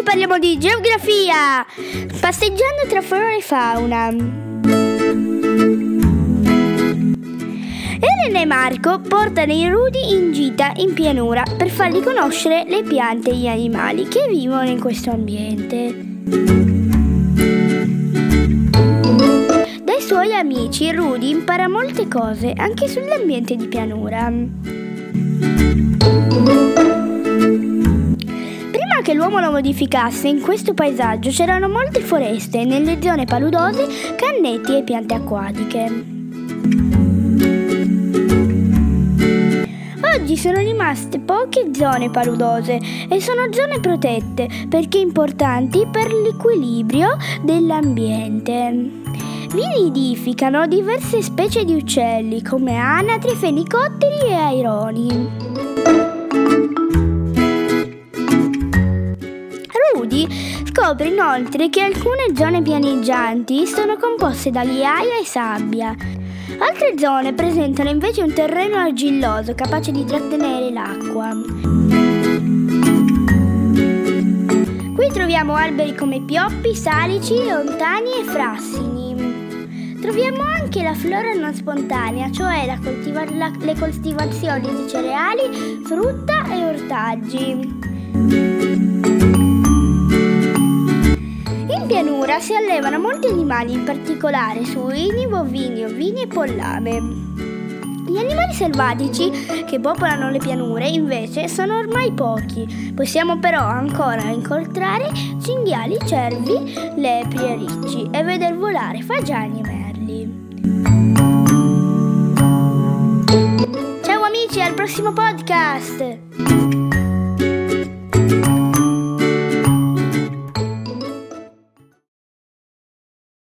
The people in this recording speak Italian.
parliamo di geografia, passeggiando tra flora e fauna. Elena e Marco portano i rudi in gita in pianura per fargli conoscere le piante e gli animali che vivono in questo ambiente. Dai suoi amici Rudy impara molte cose anche sull'ambiente di pianura. Prima che l'uomo lo modificasse, in questo paesaggio c'erano molte foreste, nelle zone paludose, canneti e piante acquatiche. Oggi sono rimaste poche zone paludose e sono zone protette perché importanti per l'equilibrio dell'ambiente. Vi nidificano diverse specie di uccelli come anatri, fenicotteri e aironi. Rudy scopre inoltre che alcune zone pianeggianti sono composte da ghiaia e sabbia. Altre zone presentano invece un terreno argilloso capace di trattenere l'acqua. Qui troviamo alberi come pioppi, salici, lontani e frassini. Troviamo anche la flora non spontanea, cioè le coltivazioni di cereali, frutta e ortaggi. In pianura si allevano molti animali, in particolare suini, bovini, ovini e pollame. Gli animali selvatici che popolano le pianure invece sono ormai pochi. Possiamo però ancora incontrare cinghiali, cervi, lepri e ricci e veder volare fagiani e merli. Ciao amici, al prossimo podcast!